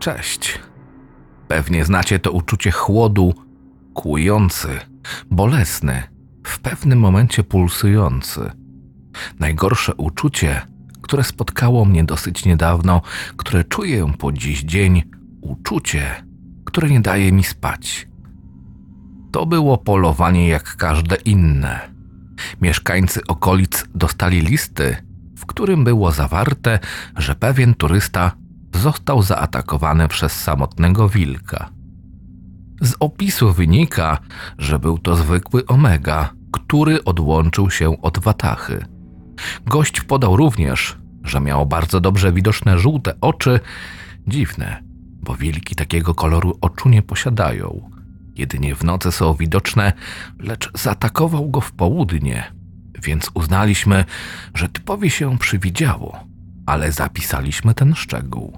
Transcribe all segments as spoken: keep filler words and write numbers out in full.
Cześć. Pewnie znacie to uczucie chłodu, kłujący, bolesny, w pewnym momencie pulsujący. Najgorsze uczucie, które spotkało mnie dosyć niedawno, które czuję po dziś dzień, uczucie, które nie daje mi spać. To było polowanie jak każde inne. Mieszkańcy okolic dostali listy, w którym było zawarte, że pewien turysta został zaatakowany przez samotnego wilka. Z opisu wynika, że był to zwykły omega, który odłączył się od watachy. Gość podał również, że miał bardzo dobrze widoczne żółte oczy. Dziwne, bo wilki takiego koloru oczu nie posiadają. Jedynie w nocy są widoczne, lecz zaatakował go w południe, więc uznaliśmy, że typowi się przywidziało, ale zapisaliśmy ten szczegół.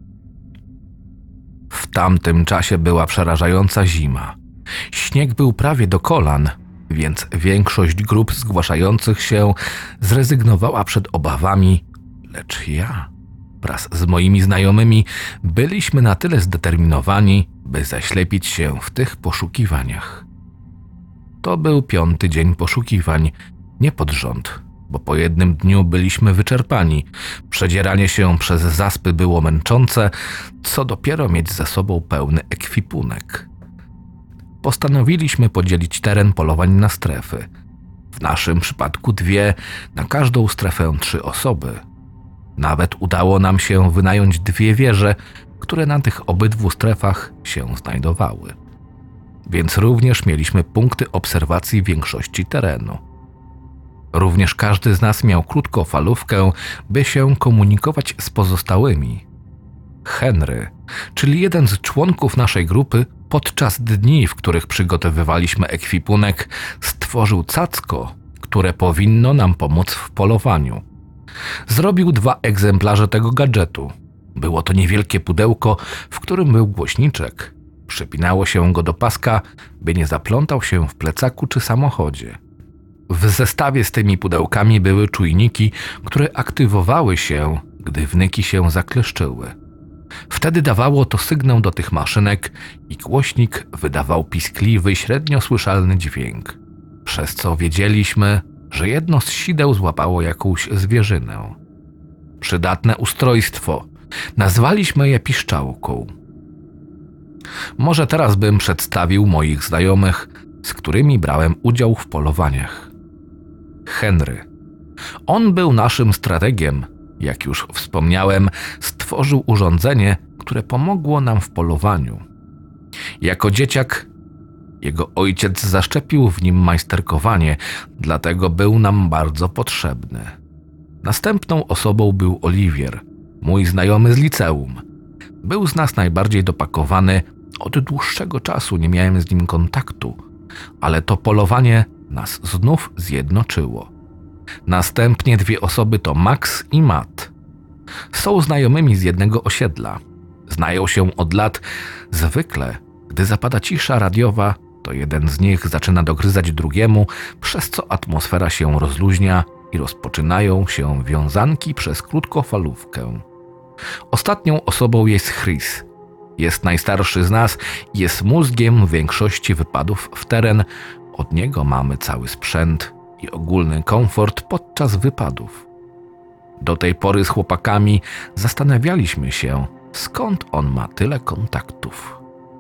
W tamtym czasie była przerażająca zima. Śnieg był prawie do kolan, więc większość grup zgłaszających się zrezygnowała przed obawami, lecz ja wraz z moimi znajomymi byliśmy na tyle zdeterminowani, by zaślepić się w tych poszukiwaniach. To był piąty dzień poszukiwań, nie pod rząd, bo po jednym dniu byliśmy wyczerpani. Przedzieranie się przez zaspy było męczące, co dopiero mieć za sobą pełny ekwipunek. Postanowiliśmy podzielić teren polowań na strefy. W naszym przypadku dwie, na każdą strefę trzy osoby. Nawet udało nam się wynająć dwie wieże, które na tych obydwu strefach się znajdowały. Więc również mieliśmy punkty obserwacji większości terenu. Również każdy z nas miał krótkofalówkę, by się komunikować z pozostałymi. Henry, czyli jeden z członków naszej grupy, podczas dni, w których przygotowywaliśmy ekwipunek, stworzył cacko, które powinno nam pomóc w polowaniu. Zrobił dwa egzemplarze tego gadżetu. Było to niewielkie pudełko, w którym był głośniczek. Przypinało się go do paska, by nie zaplątał się w plecaku czy samochodzie. W zestawie z tymi pudełkami były czujniki, które aktywowały się, gdy wnyki się zakleszczyły. Wtedy dawało to sygnał do tych maszynek i głośnik wydawał piskliwy, średnio słyszalny dźwięk, przez co wiedzieliśmy, że jedno z sideł złapało jakąś zwierzynę. Przydatne ustrojstwo. Nazwaliśmy je piszczałką. Może teraz bym przedstawił moich znajomych, z którymi brałem udział w polowaniach. Henry. On był naszym strategiem. Jak już wspomniałem, stworzył urządzenie, które pomogło nam w polowaniu. Jako dzieciak jego ojciec zaszczepił w nim majsterkowanie, dlatego był nam bardzo potrzebny. Następną osobą był Oliwier, mój znajomy z liceum. Był z nas najbardziej dopakowany, od dłuższego czasu nie miałem z nim kontaktu, ale to polowanie nas znów zjednoczyło. Następnie dwie osoby to Max i Matt. Są znajomymi z jednego osiedla. Znają się od lat. Zwykle, gdy zapada cisza radiowa, to jeden z nich zaczyna dogryzać drugiemu, przez co atmosfera się rozluźnia i rozpoczynają się wiązanki przez krótkofalówkę. Ostatnią osobą jest Chris. Jest najstarszy z nas i jest mózgiem większości wypadów w teren. Od niego mamy cały sprzęt i ogólny komfort podczas wypadów. Do tej pory z chłopakami zastanawialiśmy się, skąd on ma tyle kontaktów.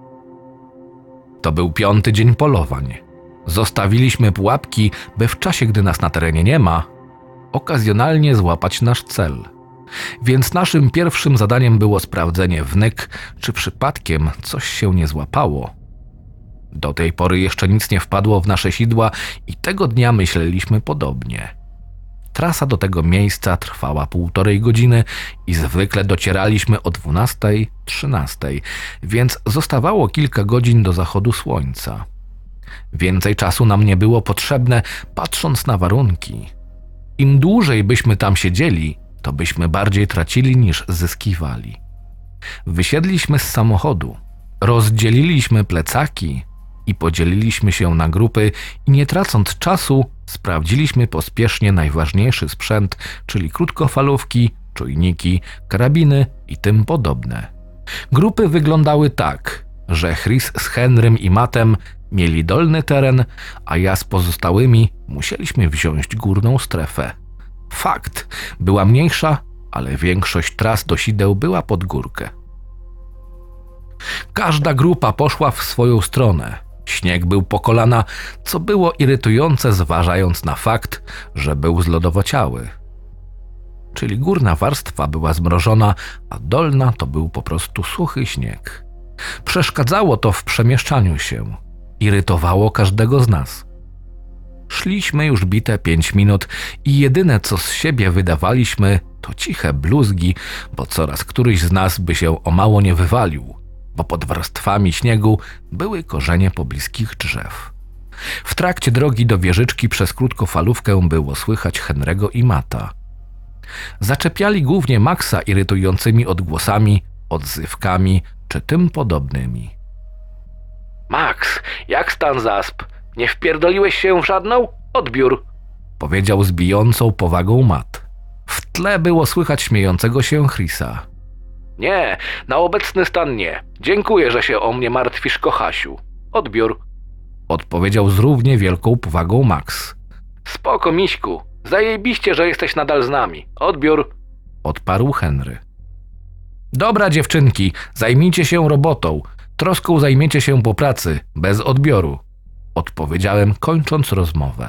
To był piąty dzień polowań. Zostawiliśmy pułapki, by w czasie, gdy nas na terenie nie ma, okazjonalnie złapać nasz cel. Więc naszym pierwszym zadaniem było sprawdzenie wnyk, czy przypadkiem coś się nie złapało. Do tej pory jeszcze nic nie wpadło w nasze sidła i tego dnia myśleliśmy podobnie. Trasa do tego miejsca trwała półtorej godziny i zwykle docieraliśmy o dwunastej, trzynastej, więc zostawało kilka godzin do zachodu słońca. Więcej czasu nam nie było potrzebne, patrząc na warunki. Im dłużej byśmy tam siedzieli, to byśmy bardziej tracili niż zyskiwali. Wysiedliśmy z samochodu, rozdzieliliśmy plecaki i podzieliliśmy się na grupy i nie tracąc czasu sprawdziliśmy pospiesznie najważniejszy sprzęt, czyli krótkofalówki, czujniki, karabiny i tym podobne. Grupy wyglądały tak, że Chris z Henrym i Mattem mieli dolny teren, a ja z pozostałymi musieliśmy wziąć górną strefę. Fakt, była mniejsza, ale większość tras do sideł była pod górkę. Każda grupa poszła w swoją stronę. Śnieg był po kolana, co było irytujące, zważając na fakt, że był zlodowociały. Czyli górna warstwa była zmrożona, a dolna to był po prostu suchy śnieg. Przeszkadzało to w przemieszczaniu się. Irytowało każdego z nas. Szliśmy już bite pięć minut i jedyne co z siebie wydawaliśmy to ciche bluzgi, bo coraz któryś z nas by się o mało nie wywalił, bo pod warstwami śniegu były korzenie pobliskich drzew. W trakcie drogi do wieżyczki przez krótkofalówkę było słychać Henry'ego i Matta. Zaczepiali głównie Maxa irytującymi odgłosami, odzywkami czy tym podobnymi. Max, jak stan zasp? Nie wpierdoliłeś się w żadną? Odbiór, powiedział z bijącą powagą Matt. W tle było słychać śmiejącego się Chrisa. Nie, na obecny stan nie. Dziękuję, że się o mnie martwisz, kochasiu. Odbiór, odpowiedział z równie wielką powagą Max. Spoko, miśku. Zajebiście, że jesteś nadal z nami. Odbiór, odparł Henry. Dobra, dziewczynki, zajmijcie się robotą. Troską zajmiecie się po pracy, bez odbioru, odpowiedziałem, kończąc rozmowę.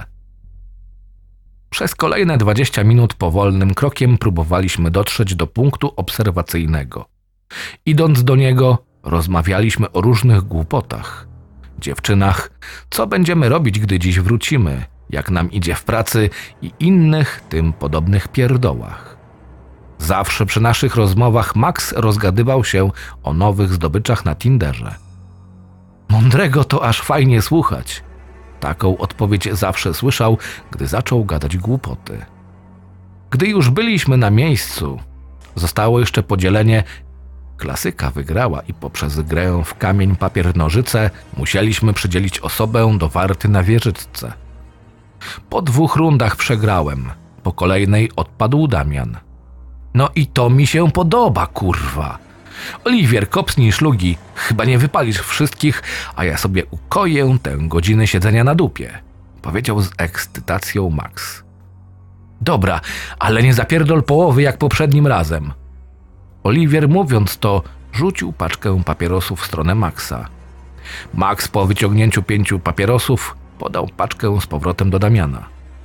Przez kolejne dwadzieścia minut powolnym krokiem próbowaliśmy dotrzeć do punktu obserwacyjnego. Idąc do niego, rozmawialiśmy o różnych głupotach. Dziewczynach, co będziemy robić, gdy dziś wrócimy, jak nam idzie w pracy i innych tym podobnych pierdołach. Zawsze przy naszych rozmowach Max rozgadywał się o nowych zdobyczach na Tinderze. Mądrego to aż fajnie słuchać. Taką odpowiedź zawsze słyszał, gdy zaczął gadać głupoty. Gdy już byliśmy na miejscu, zostało jeszcze podzielenie. Klasyka wygrała i poprzez grę w kamień, papier, nożyce musieliśmy przydzielić osobę do warty na wieżyczce. Po dwóch rundach przegrałem, po kolejnej odpadł Damian. No i to mi się podoba, kurwa. Oliwier, kopsnij szlugi, chyba nie wypalisz wszystkich, a ja sobie ukoję tę godzinę siedzenia na dupie, powiedział z ekscytacją Max. Dobra, ale nie zapierdol połowy jak poprzednim razem. Oliwier, mówiąc to, rzucił paczkę papierosów w stronę Maxa. Max po wyciągnięciu pięciu papierosów podał paczkę z powrotem do Damiana.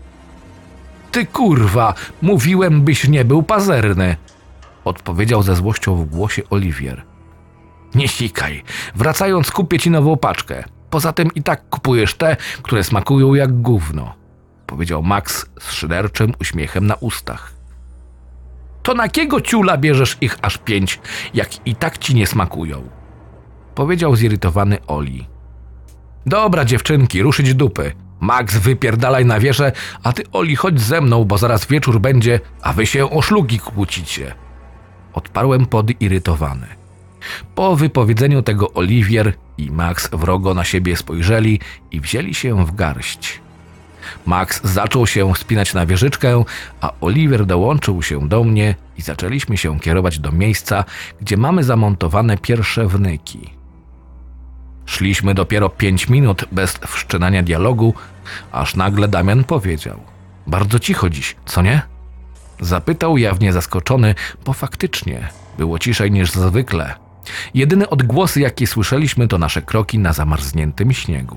Ty kurwa, mówiłem, byś nie był pazerny, odpowiedział ze złością w głosie Oliwier. Nie sikaj, wracając kupię ci nową paczkę. Poza tym i tak kupujesz te, które smakują jak gówno, powiedział Max z szyderczym uśmiechem na ustach. To na kiego ciula bierzesz ich aż pięć, jak i tak ci nie smakują, powiedział zirytowany Oli. Dobra dziewczynki, ruszyć dupy. Max, wypierdalaj na wieżę, a ty Oli chodź ze mną, bo zaraz wieczór będzie, a wy się o szlugi kłócicie, odparłem podirytowany. Po wypowiedzeniu tego Oliwier i Max wrogo na siebie spojrzeli i wzięli się w garść. Max zaczął się wspinać na wieżyczkę, a Oliwier dołączył się do mnie i zaczęliśmy się kierować do miejsca, gdzie mamy zamontowane pierwsze wnyki. Szliśmy dopiero pięć minut bez wszczynania dialogu, aż nagle Damian powiedział: bardzo cicho dziś, co nie? Zapytał jawnie zaskoczony, bo faktycznie było ciszej niż zwykle. Jedyne odgłosy, jakie słyszeliśmy, to nasze kroki na zamarzniętym śniegu.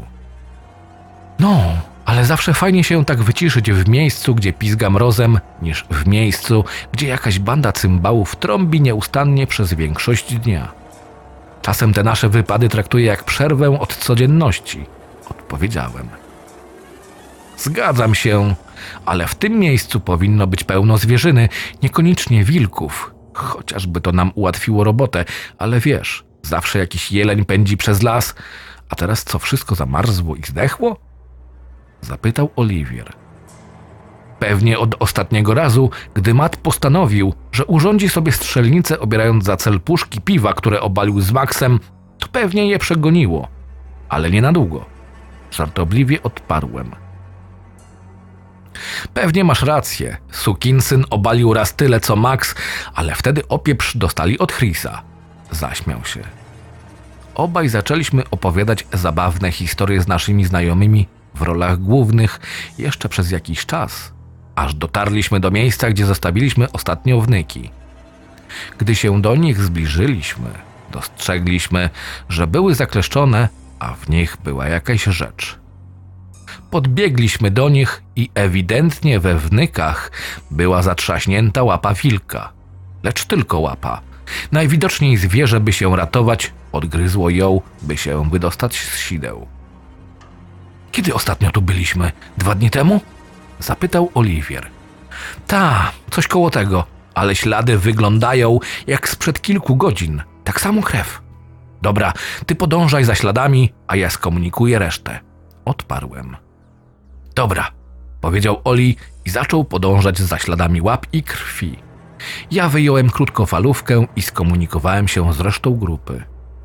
No, ale zawsze fajnie się tak wyciszyć w miejscu, gdzie pizga mrozem, niż w miejscu, gdzie jakaś banda cymbałów trąbi nieustannie przez większość dnia. Czasem te nasze wypady traktuję jak przerwę od codzienności, odpowiedziałem. Zgadzam się, ale w tym miejscu powinno być pełno zwierzyny, niekoniecznie wilków, chociażby to nam ułatwiło robotę, ale wiesz, zawsze jakiś jeleń pędzi przez las, a teraz co, wszystko zamarzło i zdechło? Zapytał Oliwier. Pewnie od ostatniego razu, gdy Matt postanowił, że urządzi sobie strzelnicę, obierając za cel puszki piwa, które obalił z Maxem, to pewnie je przegoniło, ale nie na długo. Żartobliwie odparłem. Pewnie masz rację, sukinsyn obalił raz tyle co Max, ale wtedy opieprz dostali od Chrisa. zaśmiał się. Obaj zaczęliśmy opowiadać zabawne historie z naszymi znajomymi w rolach głównych jeszcze przez jakiś czas, aż dotarliśmy do miejsca, gdzie zostawiliśmy ostatnio wnyki. Gdy się do nich zbliżyliśmy, dostrzegliśmy, że były zakleszczone, a w nich była jakaś rzecz. Podbiegliśmy do nich i ewidentnie we wnykach była zatrzaśnięta łapa wilka. Lecz tylko łapa. Najwidoczniej zwierzę, by się ratować, odgryzło ją, by się wydostać z sideł. Kiedy ostatnio tu byliśmy? Dwa dni temu? Zapytał Oliwier. Ta, coś koło tego, ale ślady wyglądają jak sprzed kilku godzin. Tak samo krew. Dobra, ty podążaj za śladami, a ja skomunikuję resztę. Odparłem. Dobra, powiedział Oli i zaczął podążać za śladami łap i krwi. Ja wyjąłem krótkofalówkę i skomunikowałem się z resztą grupy.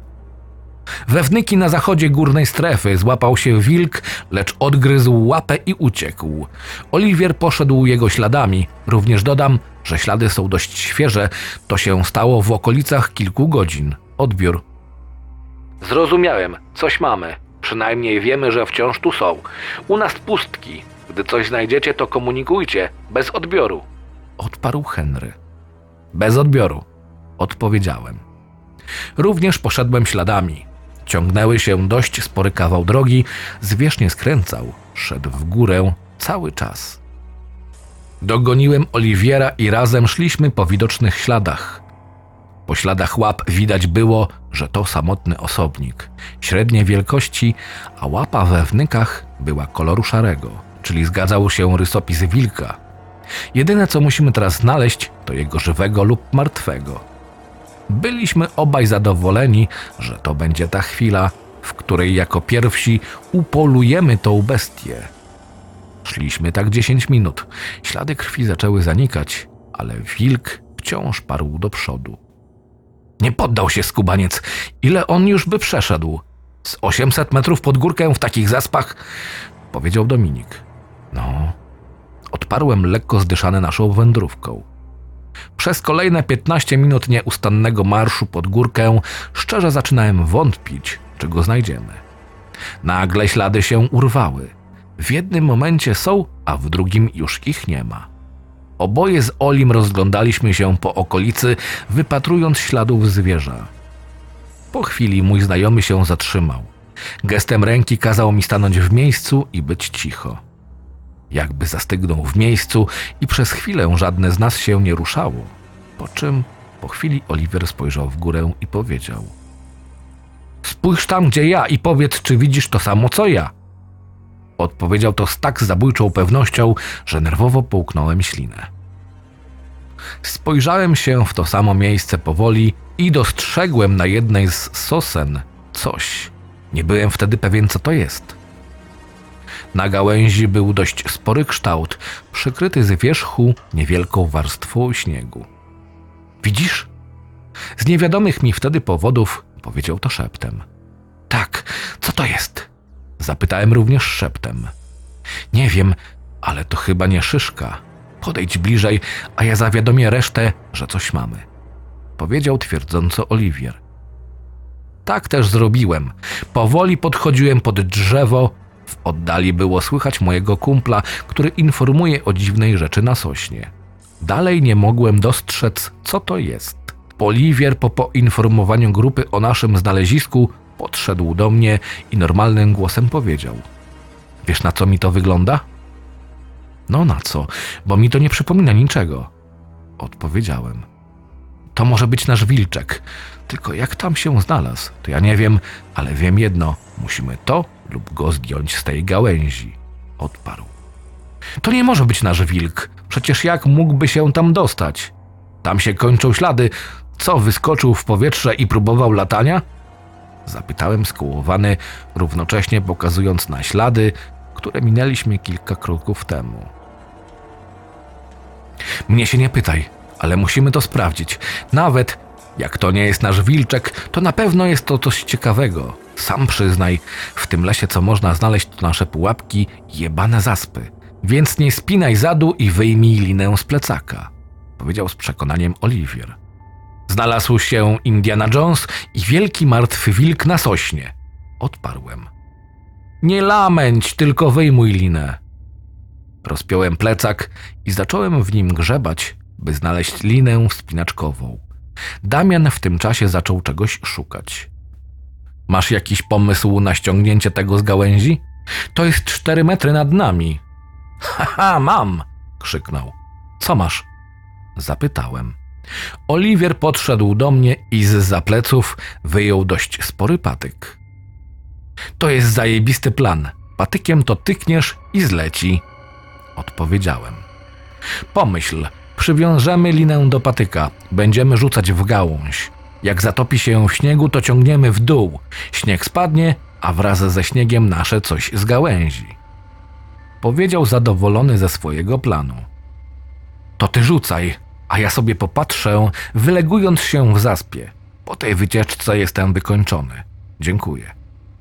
We wnyki na zachodzie górnej strefy złapał się wilk, lecz odgryzł łapę i uciekł. Oliwier poszedł jego śladami. Również dodam, że ślady są dość świeże. To się stało w okolicach kilku godzin. Odbiór. Zrozumiałem. Coś mamy. Przynajmniej wiemy, że wciąż tu są. U nas pustki. Gdy coś znajdziecie, to komunikujcie. Bez odbioru. Odparł Henry. Bez odbioru. Odpowiedziałem. Również poszedłem śladami. Ciągnęły się dość spory kawał drogi, zwierz nie skręcał, szedł w górę cały czas. Dogoniłem Oliwiera i razem szliśmy po widocznych śladach. Po śladach łap widać było, że to samotny osobnik, średniej wielkości, a łapa we wnykach była koloru szarego, czyli zgadzał się rysopis wilka. Jedyne, co musimy teraz znaleźć, to jego żywego lub martwego. Byliśmy obaj zadowoleni, że to będzie ta chwila, w której jako pierwsi upolujemy tą bestię. Szliśmy tak dziesięć minut. Ślady krwi zaczęły zanikać, ale wilk wciąż parł do przodu. Nie poddał się skubaniec. Ile on już by przeszedł? Z osiemset metrów pod górkę w takich zaspach? Powiedział Dominik. No, odparłem lekko zdyszany naszą wędrówką. Przez kolejne piętnaście minut nieustannego marszu pod górkę szczerze zaczynałem wątpić, czy go znajdziemy. Nagle ślady się urwały. W jednym momencie są, a w drugim już ich nie ma. Oboje z Olim rozglądaliśmy się po okolicy, wypatrując śladów zwierza. Po chwili mój znajomy się zatrzymał. Gestem ręki kazał mi stanąć w miejscu i być cicho. Jakby zastygnął w miejscu i przez chwilę żadne z nas się nie ruszało, po czym po chwili Oliwier spojrzał w górę i powiedział: spójrz tam, gdzie ja i powiedz, czy widzisz to samo, co ja. Odpowiedział to z tak zabójczą pewnością, że nerwowo połknąłem ślinę. Spojrzałem się w to samo miejsce powoli i dostrzegłem na jednej z sosen coś. Nie byłem wtedy pewien, co to jest. Na gałęzi był dość spory kształt, przykryty z wierzchu niewielką warstwą śniegu. Widzisz? Z niewiadomych mi wtedy powodów powiedział to szeptem. Tak, co to jest? Zapytałem również szeptem. Nie wiem, ale to chyba nie szyszka. Podejdź bliżej, a ja zawiadomię resztę, że coś mamy. Powiedział twierdząco Oliwier. Tak też zrobiłem. Powoli podchodziłem pod drzewo. W oddali było słychać mojego kumpla, który informuje o dziwnej rzeczy na sośnie. Dalej nie mogłem dostrzec, co to jest. Oliwier po poinformowaniu grupy o naszym znalezisku podszedł do mnie i normalnym głosem powiedział: wiesz, na co mi to wygląda? No na co, bo mi to nie przypomina niczego. Odpowiedziałem. To może być nasz wilczek, tylko jak tam się znalazł, to ja nie wiem, ale wiem jedno, musimy to lub go zdjąć z tej gałęzi. Odparł. To nie może być nasz wilk, przecież jak mógłby się tam dostać? Tam się kończą ślady. Co, wyskoczył w powietrze i próbował latania? Zapytałem skołowany, równocześnie pokazując na ślady, które minęliśmy kilka kroków temu. Mnie się nie pytaj, ale musimy to sprawdzić. Nawet jak to nie jest nasz wilczek, to na pewno jest to coś ciekawego. Sam przyznaj, w tym lesie co można znaleźć to nasze pułapki i jebane zaspy. Więc nie spinaj zadu i wyjmij linę z plecaka, powiedział z przekonaniem Oliwier. Znalazł się Indiana Jones i wielki martwy wilk na sośnie. Odparłem. Nie lamenć, tylko wyjmuj linę. Rozpiąłem plecak i zacząłem w nim grzebać, by znaleźć linę wspinaczkową. Damian w tym czasie zaczął czegoś szukać. Masz jakiś pomysł na ściągnięcie tego z gałęzi? To jest cztery metry nad nami. Haha, mam! Krzyknął. Co masz? Zapytałem. Oliwier podszedł do mnie i zza pleców wyjął dość spory patyk. To jest zajebisty plan. Patykiem to tykniesz i zleci. Odpowiedziałem. Pomyśl, przywiążemy linę do patyka, będziemy rzucać w gałąź. Jak zatopi się w śniegu, to ciągniemy w dół. Śnieg spadnie, a wraz ze śniegiem nasze coś z gałęzi. Powiedział zadowolony ze swojego planu. To ty rzucaj, a ja sobie popatrzę, wylegując się w zaspie. Po tej wycieczce jestem wykończony. Dziękuję.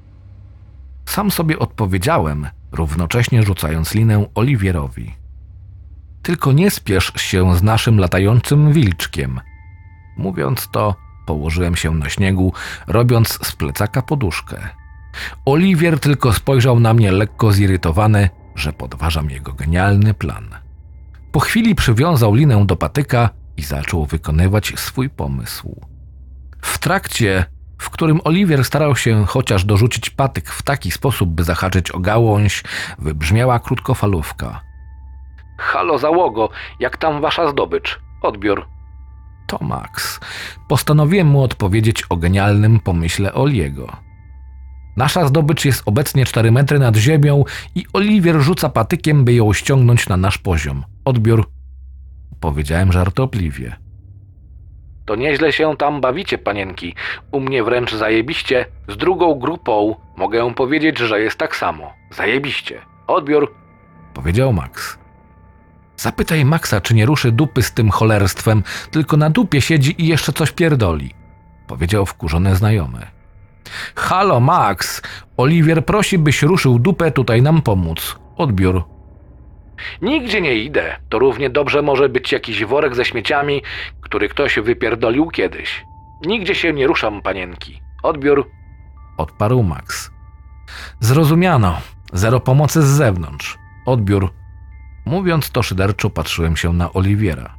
Sam sobie odpowiedziałem, równocześnie rzucając linę Oliwierowi. Tylko nie spiesz się z naszym latającym wilczkiem. Mówiąc to, położyłem się na śniegu, robiąc z plecaka poduszkę. Oliwier tylko spojrzał na mnie lekko zirytowany, że podważam jego genialny plan. Po chwili przywiązał linę do patyka i zaczął wykonywać swój pomysł. W trakcie, w którym Oliwier starał się chociaż dorzucić patyk w taki sposób, by zahaczyć o gałąź, wybrzmiała krótkofalówka. Halo załogo, jak tam wasza zdobycz? Odbiór. To Max. Postanowiłem mu odpowiedzieć o genialnym pomyśle Oliego. Nasza zdobycz jest obecnie cztery metry nad ziemią i Oliwier rzuca patykiem, by ją ściągnąć na nasz poziom. Odbiór. Powiedziałem żartobliwie. To nieźle się tam bawicie, panienki. U mnie wręcz zajebiście. Z drugą grupą mogę powiedzieć, że jest tak samo. Zajebiście. Odbiór. Powiedział Max. Zapytaj Maxa, czy nie ruszy dupy z tym cholerstwem, tylko na dupie siedzi i jeszcze coś pierdoli. Powiedział wkurzony znajomy. Halo, Max! Oliwier prosi, byś ruszył dupę tutaj nam pomóc. Odbiór. Nigdzie nie idę. To równie dobrze może być jakiś worek ze śmieciami, który ktoś wypierdolił kiedyś. Nigdzie się nie ruszam, panienki. Odbiór. Odparł Max. Zrozumiano. Zero pomocy z zewnątrz. Odbiór. Mówiąc to szyderczo patrzyłem się na Oliwiera.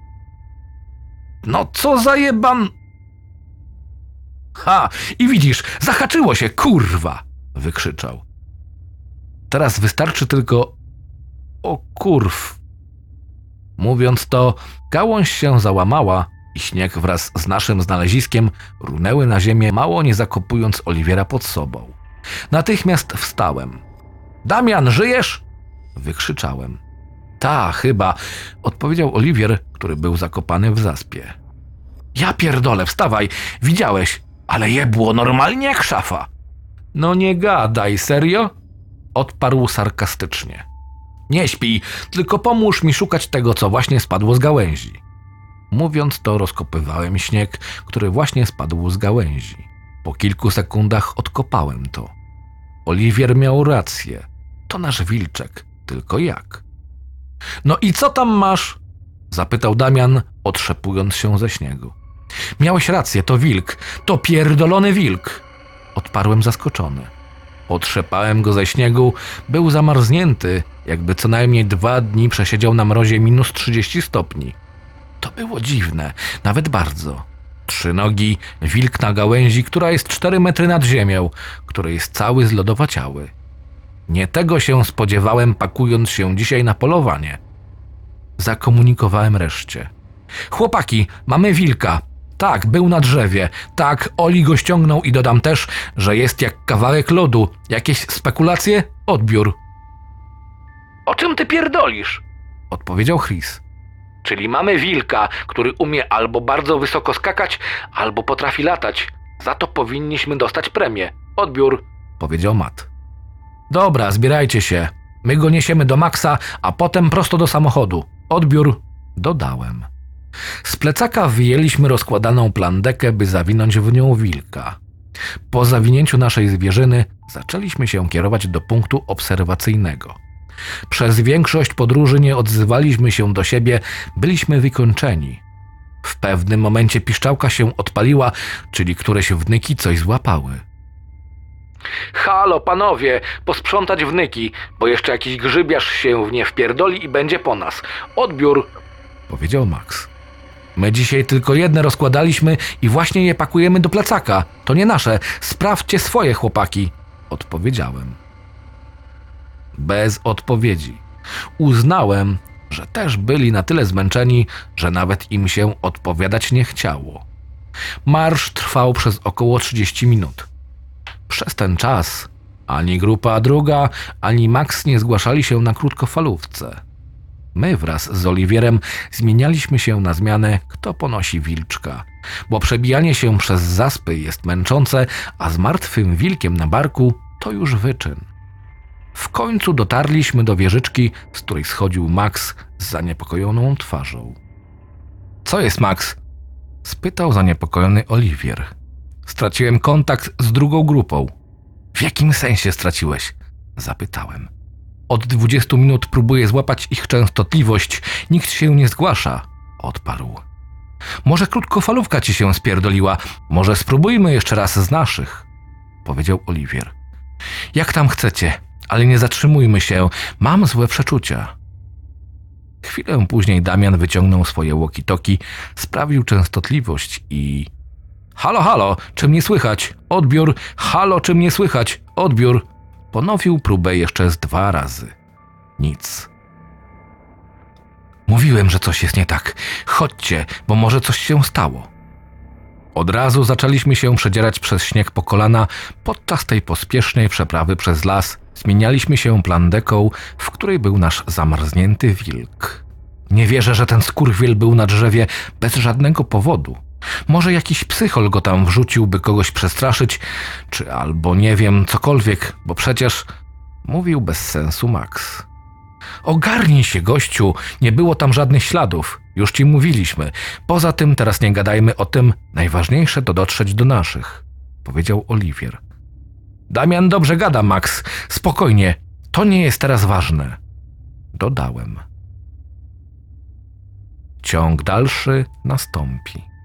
No co za jeban... Ha! I widzisz, zahaczyło się, kurwa! Wykrzyczał. Teraz wystarczy tylko... O kurw! Mówiąc to, gałąź się załamała i śnieg wraz z naszym znaleziskiem runęły na ziemię, mało nie zakopując Oliwiera pod sobą. Natychmiast wstałem. Damian, żyjesz? Wykrzyczałem. Ta, chyba, odpowiedział Oliwier, który był zakopany w zaspie. Ja pierdolę, wstawaj, widziałeś, ale jebło normalnie jak szafa. No nie gadaj, serio? Odparł sarkastycznie. Nie śpij, tylko pomóż mi szukać tego, co właśnie spadło z gałęzi. Mówiąc to, rozkopywałem śnieg, który właśnie spadł z gałęzi. Po kilku sekundach odkopałem to. Oliwier miał rację. To nasz wilczek, tylko jak? No i co tam masz? Zapytał Damian, otrzepując się ze śniegu. Miałeś rację, to wilk, to pierdolony wilk. Odparłem zaskoczony. Otrzepałem go ze śniegu, był zamarznięty, jakby co najmniej dwa dni przesiedział na mrozie minus trzydzieści stopni. To było dziwne, nawet bardzo. Trzy nogi, wilk na gałęzi, która jest cztery metry nad ziemią, który jest cały zlodowaciały. Nie tego się spodziewałem, pakując się dzisiaj na polowanie. Zakomunikowałem reszcie. Chłopaki, mamy wilka. Tak, był na drzewie. Tak, Oli go ściągnął i dodam też, że jest jak kawałek lodu. Jakieś spekulacje? Odbiór. O czym ty pierdolisz? Odpowiedział Chris. Czyli mamy wilka, który umie albo bardzo wysoko skakać, albo potrafi latać. Za to powinniśmy dostać premię. Odbiór. Powiedział Matt. Dobra, zbierajcie się. My go niesiemy do Maxa, a potem prosto do samochodu. Odbiór. Dodałem. Z plecaka wyjęliśmy rozkładaną plandekę, by zawinąć w nią wilka. Po zawinięciu naszej zwierzyny zaczęliśmy się kierować do punktu obserwacyjnego. Przez większość podróży nie odzywaliśmy się do siebie, byliśmy wykończeni. W pewnym momencie piszczałka się odpaliła, czyli któreś wnyki coś złapały. Halo, panowie, posprzątać wnyki, bo jeszcze jakiś grzybiarz się w nie wpierdoli i będzie po nas. Odbiór, powiedział Max. My dzisiaj tylko jedne rozkładaliśmy i właśnie je pakujemy do plecaka. To nie nasze, sprawdźcie swoje, chłopaki, odpowiedziałem. Bez odpowiedzi. Uznałem, że też byli na tyle zmęczeni, że nawet im się odpowiadać nie chciało. Marsz trwał przez około trzydzieści minut. Przez ten czas ani grupa druga, ani Max nie zgłaszali się na krótkofalówce. My wraz z Oliwierem zmienialiśmy się na zmianę, kto ponosi wilczka, bo przebijanie się przez zaspy jest męczące, a z martwym wilkiem na barku to już wyczyn. W końcu dotarliśmy do wieżyczki, z której schodził Max z zaniepokojoną twarzą. Co jest, Max? Spytał zaniepokojony Oliwier. Straciłem kontakt z drugą grupą. W jakim sensie straciłeś? Zapytałem. Od dwudziestu minut próbuję złapać ich częstotliwość. Nikt się nie zgłasza, odparł. Może krótkofalówka ci się spierdoliła. Może spróbujmy jeszcze raz z naszych, powiedział Oliwier. Jak tam chcecie, ale nie zatrzymujmy się. Mam złe przeczucia. Chwilę później Damian wyciągnął swoje walkie-talkie, sprawdził częstotliwość i... Halo, halo, czy mnie słychać? Odbiór. Halo, czy mnie słychać? Odbiór. Ponowił próbę jeszcze z dwa razy. Nic. Mówiłem, że coś jest nie tak. Chodźcie, bo może coś się stało. Od razu zaczęliśmy się przedzierać przez śnieg po kolana. Podczas tej pospiesznej przeprawy przez las zmienialiśmy się plandeką, w której był nasz zamarznięty wilk. Nie wierzę, że ten skurwiel był na drzewie bez żadnego powodu. Może jakiś psychol go tam wrzucił, by kogoś przestraszyć, czy albo nie wiem, cokolwiek, bo przecież... Mówił bez sensu Max. Ogarnij się, gościu, nie było tam żadnych śladów, już ci mówiliśmy. Poza tym teraz nie gadajmy o tym, najważniejsze to dotrzeć do naszych, powiedział Oliwier. Damian dobrze gada, Max, spokojnie, to nie jest teraz ważne, dodałem. Ciąg dalszy nastąpi.